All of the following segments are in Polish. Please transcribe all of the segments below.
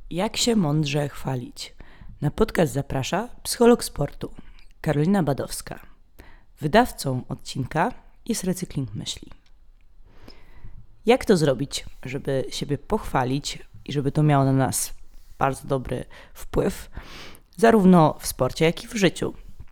Jak się mądrze chwalić? Na podcast zaprasza psycholog sportu Karolina Badowska. Wydawcą odcinka jest Recykling Myśli. Jak to zrobić, żeby siebie pochwalić i żeby to miało na nas bardzo dobry wpływ, zarówno w sporcie, jak i w życiu?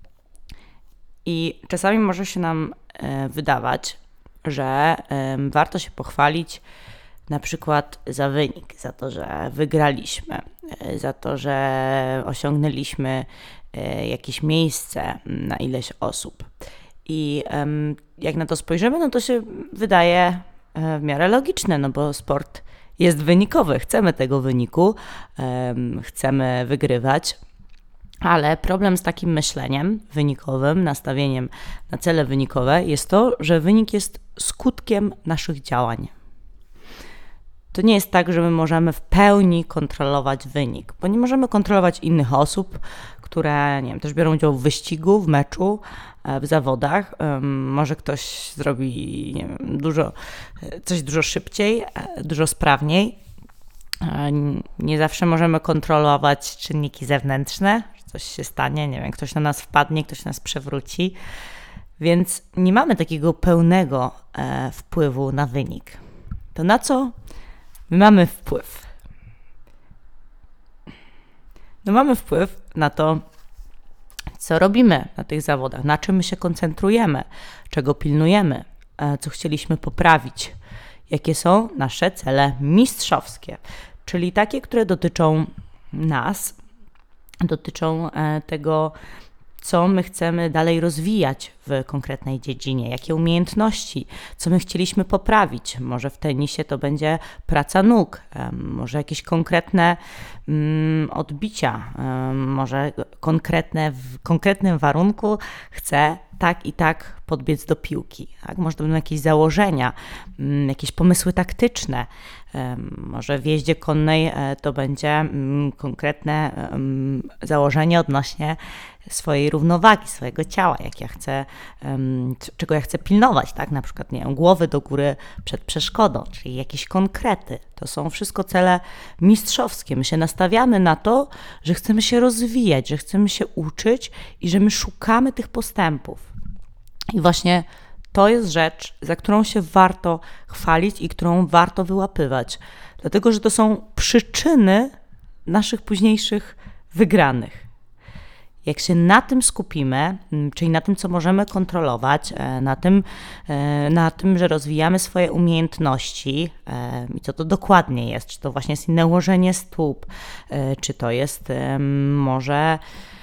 I czasami może się nam wydawać, że warto się pochwalić na przykład za wynik, za to, że wygraliśmy, za to, że osiągnęliśmy jakieś miejsce na ileś osób. I jak na to spojrzymy, no to się wydaje w miarę logiczne, no bo sport jest wynikowy, chcemy tego wyniku, chcemy wygrywać. Ale problem z takim myśleniem wynikowym, nastawieniem na cele wynikowe jest to, że wynik jest skutkiem naszych działań. To nie jest tak, że my możemy w pełni kontrolować wynik, bo nie możemy kontrolować innych osób, które też biorą udział w wyścigu, w meczu, w zawodach. Może ktoś zrobi coś dużo szybciej, dużo sprawniej. Nie zawsze możemy kontrolować czynniki zewnętrzne, że coś się stanie, ktoś na nas wpadnie, ktoś nas przewróci, więc nie mamy takiego pełnego wpływu na wynik. To na co my mamy wpływ? No mamy wpływ na to, co robimy na tych zawodach, na czym my się koncentrujemy, czego pilnujemy, co chcieliśmy poprawić, jakie są nasze cele mistrzowskie, czyli takie, które dotyczą nas, dotyczą tego, co my chcemy dalej rozwijać w konkretnej dziedzinie, jakie umiejętności, co my chcieliśmy poprawić. Może w tenisie to będzie praca nóg, może jakieś konkretne odbicia, może w konkretnym warunku chcę tak i tak podbiec do piłki. Tak? Może to będą jakieś założenia, jakieś pomysły taktyczne. Może w jeździe konnej to będzie konkretne założenie odnośnie swojej równowagi, swojego ciała, czego ja chcę pilnować, tak? Na przykład, głowy do góry przed przeszkodą, czyli jakieś konkrety. To są wszystko cele mistrzowskie. My się nastawiamy na to, że chcemy się rozwijać, że chcemy się uczyć i że my szukamy tych postępów. I właśnie to jest rzecz, za którą się warto chwalić i którą warto wyłapywać, dlatego że to są przyczyny naszych późniejszych wygranych. Jak się na tym skupimy, czyli na tym, co możemy kontrolować, na tym, że rozwijamy swoje umiejętności i co to dokładnie jest, czy to właśnie jest inne ułożenie stóp, czy to jest może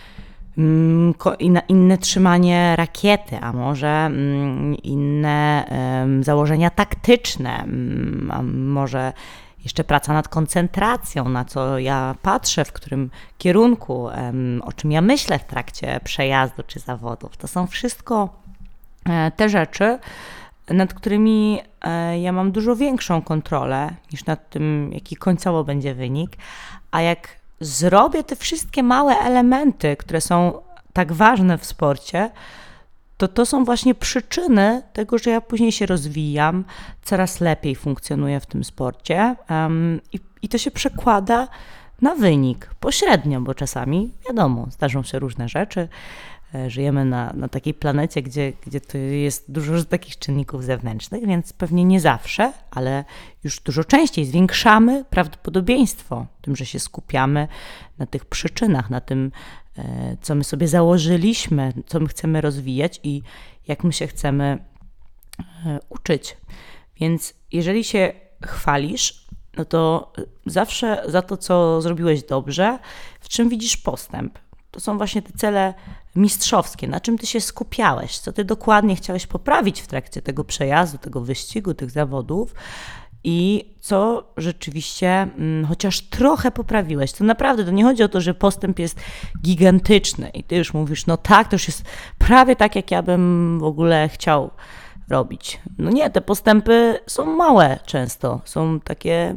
inne trzymanie rakiety, a może inne założenia taktyczne, a może jeszcze praca nad koncentracją, na co ja patrzę, w którym kierunku, o czym ja myślę w trakcie przejazdu czy zawodów. To są wszystko te rzeczy, nad którymi ja mam dużo większą kontrolę niż nad tym, jaki końcowo będzie wynik. A jak zrobię te wszystkie małe elementy, które są tak ważne w sporcie, to są właśnie przyczyny tego, że ja później się rozwijam, coraz lepiej funkcjonuję w tym sporcie i to się przekłada na wynik pośrednio, bo czasami, wiadomo, zdarzą się różne rzeczy. Żyjemy na takiej planecie, gdzie to jest dużo takich czynników zewnętrznych, więc pewnie nie zawsze, ale już dużo częściej zwiększamy prawdopodobieństwo tym, że się skupiamy na tych przyczynach, na tym, co my sobie założyliśmy, co my chcemy rozwijać i jak my się chcemy uczyć. Więc jeżeli się chwalisz, no to zawsze za to, co zrobiłeś dobrze, w czym widzisz postęp. To są właśnie te cele mistrzowskie, na czym ty się skupiałeś, co ty dokładnie chciałeś poprawić w trakcie tego przejazdu, tego wyścigu, tych zawodów i co rzeczywiście chociaż trochę poprawiłeś. To naprawdę, to nie chodzi o to, że postęp jest gigantyczny i ty już mówisz, no tak, to już jest prawie tak, jak ja bym w ogóle chciał robić. No nie, te postępy są małe często. Są takie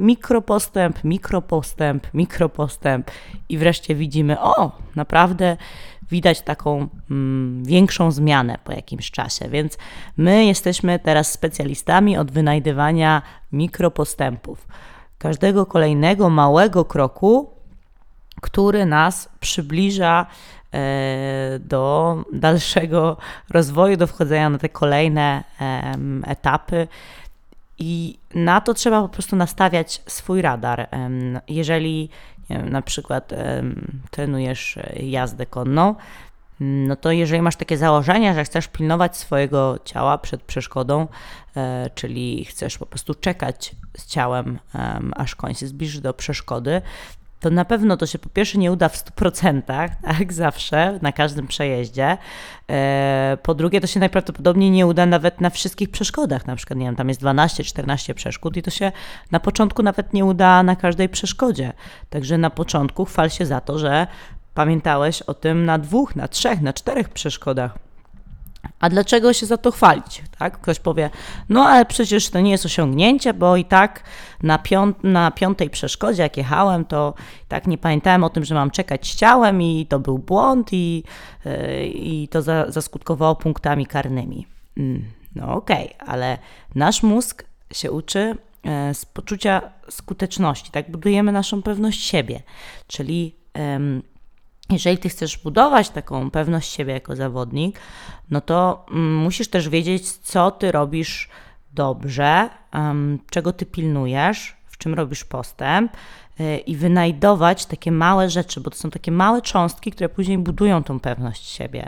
mikropostęp i wreszcie widzimy, naprawdę widać taką większą zmianę po jakimś czasie. Więc my jesteśmy teraz specjalistami od wynajdywania mikropostępów. Każdego kolejnego małego kroku który nas przybliża do dalszego rozwoju, do wchodzenia na te kolejne etapy. I na to trzeba po prostu nastawiać swój radar. Jeżeli nie wiem, na przykład trenujesz jazdę konną, no to jeżeli masz takie założenia, że chcesz pilnować swojego ciała przed przeszkodą, czyli chcesz po prostu czekać z ciałem, aż koń się zbliży do przeszkody, to na pewno to się po pierwsze nie uda w 100%, tak, zawsze, na każdym przejeździe. Po drugie, to się najprawdopodobniej nie uda nawet na wszystkich przeszkodach. Na przykład, nie wiem, tam jest 12-14 przeszkód i to się na początku nawet nie uda na każdej przeszkodzie. Także na początku chwal się za to, że pamiętałeś o tym na 2, na 3, na 4 przeszkodach. A dlaczego się za to chwalić? Tak? Ktoś powie, no ale przecież to nie jest osiągnięcie, bo i tak na 5. przeszkodzie, jak jechałem, to i tak nie pamiętałem o tym, że mam czekać z ciałem i to był błąd i to zaskutkowało punktami karnymi. No okej, ale nasz mózg się uczy z poczucia skuteczności, tak? Budujemy naszą pewność siebie, czyli jeżeli ty chcesz budować taką pewność siebie jako zawodnik, no to musisz też wiedzieć, co ty robisz dobrze, czego ty pilnujesz, w czym robisz postęp i wynajdować takie małe rzeczy, bo to są takie małe cząstki, które później budują tą pewność siebie.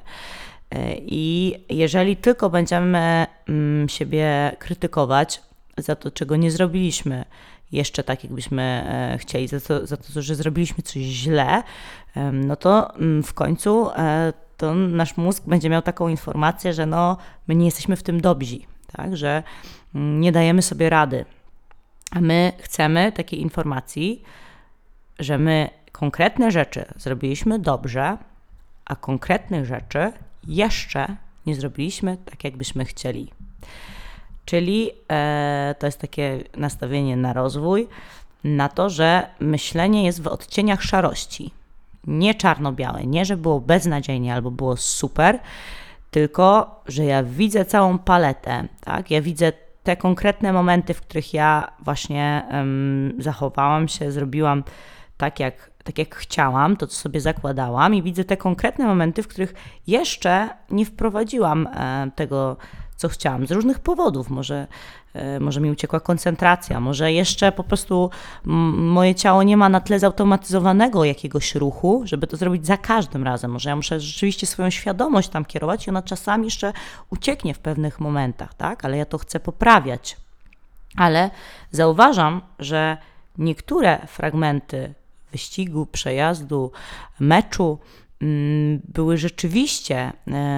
I jeżeli tylko będziemy siebie krytykować za to, czego nie zrobiliśmy jeszcze tak, jakbyśmy chcieli, za to, że zrobiliśmy coś źle, no to w końcu to nasz mózg będzie miał taką informację, że no, my nie jesteśmy w tym dobrzy, tak? Że nie dajemy sobie rady. A my chcemy takiej informacji, że my konkretne rzeczy zrobiliśmy dobrze, a konkretnych rzeczy jeszcze nie zrobiliśmy tak, jakbyśmy chcieli. Czyli to jest takie nastawienie na rozwój, na to, że myślenie jest w odcieniach szarości. Nie czarno-białe, nie że było beznadziejnie albo było super, tylko że ja widzę całą paletę, tak? Ja widzę te konkretne momenty, w których ja właśnie zachowałam się, zrobiłam tak jak chciałam, to co sobie zakładałam i widzę te konkretne momenty, w których jeszcze nie wprowadziłam tego, co chciałam, z różnych powodów. Może mi uciekła koncentracja, może jeszcze po prostu moje ciało nie ma na tle zautomatyzowanego jakiegoś ruchu, żeby to zrobić za każdym razem. Może ja muszę rzeczywiście swoją świadomość tam kierować i ona czasami jeszcze ucieknie w pewnych momentach, tak? Ale ja to chcę poprawiać. Ale zauważam, że niektóre fragmenty wyścigu, przejazdu, meczu były rzeczywiście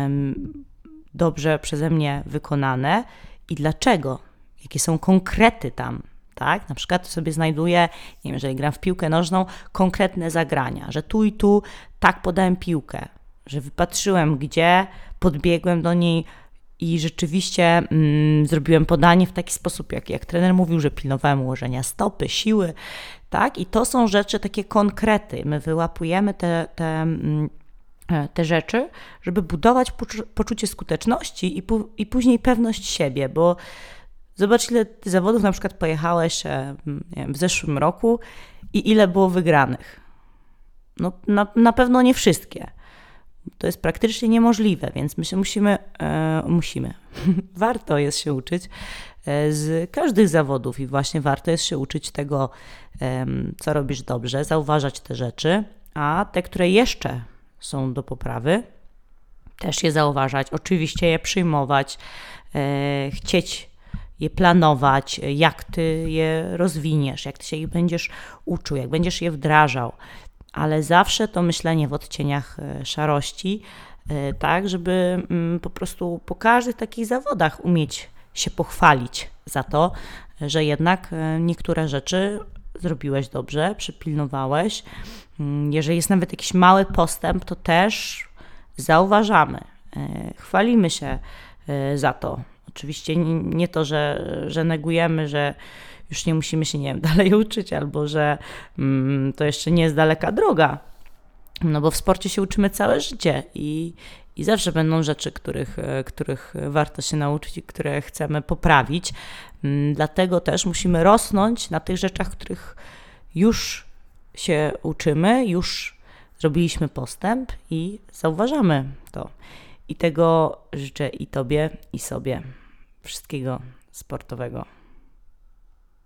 dobrze przeze mnie wykonane. I dlaczego? Jakie są konkrety tam, tak? Na przykład sobie znajduję, nie wiem, jeżeli gram w piłkę nożną, konkretne zagrania, że tu i tu tak podałem piłkę, że wypatrzyłem gdzie, podbiegłem do niej i rzeczywiście zrobiłem podanie w taki sposób, jak trener mówił, że pilnowałem ułożenia stopy, siły, tak? I to są rzeczy, takie konkrety. My wyłapujemy te rzeczy, żeby budować poczucie skuteczności i później pewność siebie, bo zobacz, ile ty zawodów na przykład pojechałeś nie wiem, w zeszłym roku i ile było wygranych. No, na pewno nie wszystkie. To jest praktycznie niemożliwe, więc my się musimy. Warto jest się uczyć z każdych zawodów i właśnie warto jest się uczyć tego, co robisz dobrze, zauważać te rzeczy, a te, które jeszcze są do poprawy, też je zauważać, oczywiście je przyjmować, chcieć je planować, jak ty je rozwiniesz, jak ty się ich będziesz uczył, jak będziesz je wdrażał, ale zawsze to myślenie w odcieniach szarości, tak, żeby po prostu po każdych takich zawodach umieć się pochwalić za to, że jednak niektóre rzeczy zrobiłeś dobrze, przypilnowałeś. Jeżeli jest nawet jakiś mały postęp, to też zauważamy, chwalimy się za to. Oczywiście nie to, że negujemy, że już nie musimy się, nie wiem, dalej uczyć, albo że to jeszcze nie jest daleka droga. No bo w sporcie się uczymy całe życie i zawsze będą rzeczy, których warto się nauczyć i które chcemy poprawić. Dlatego też musimy rosnąć na tych rzeczach, których już się uczymy, już zrobiliśmy postęp i zauważamy to. I tego życzę i Tobie, i sobie. Wszystkiego sportowego.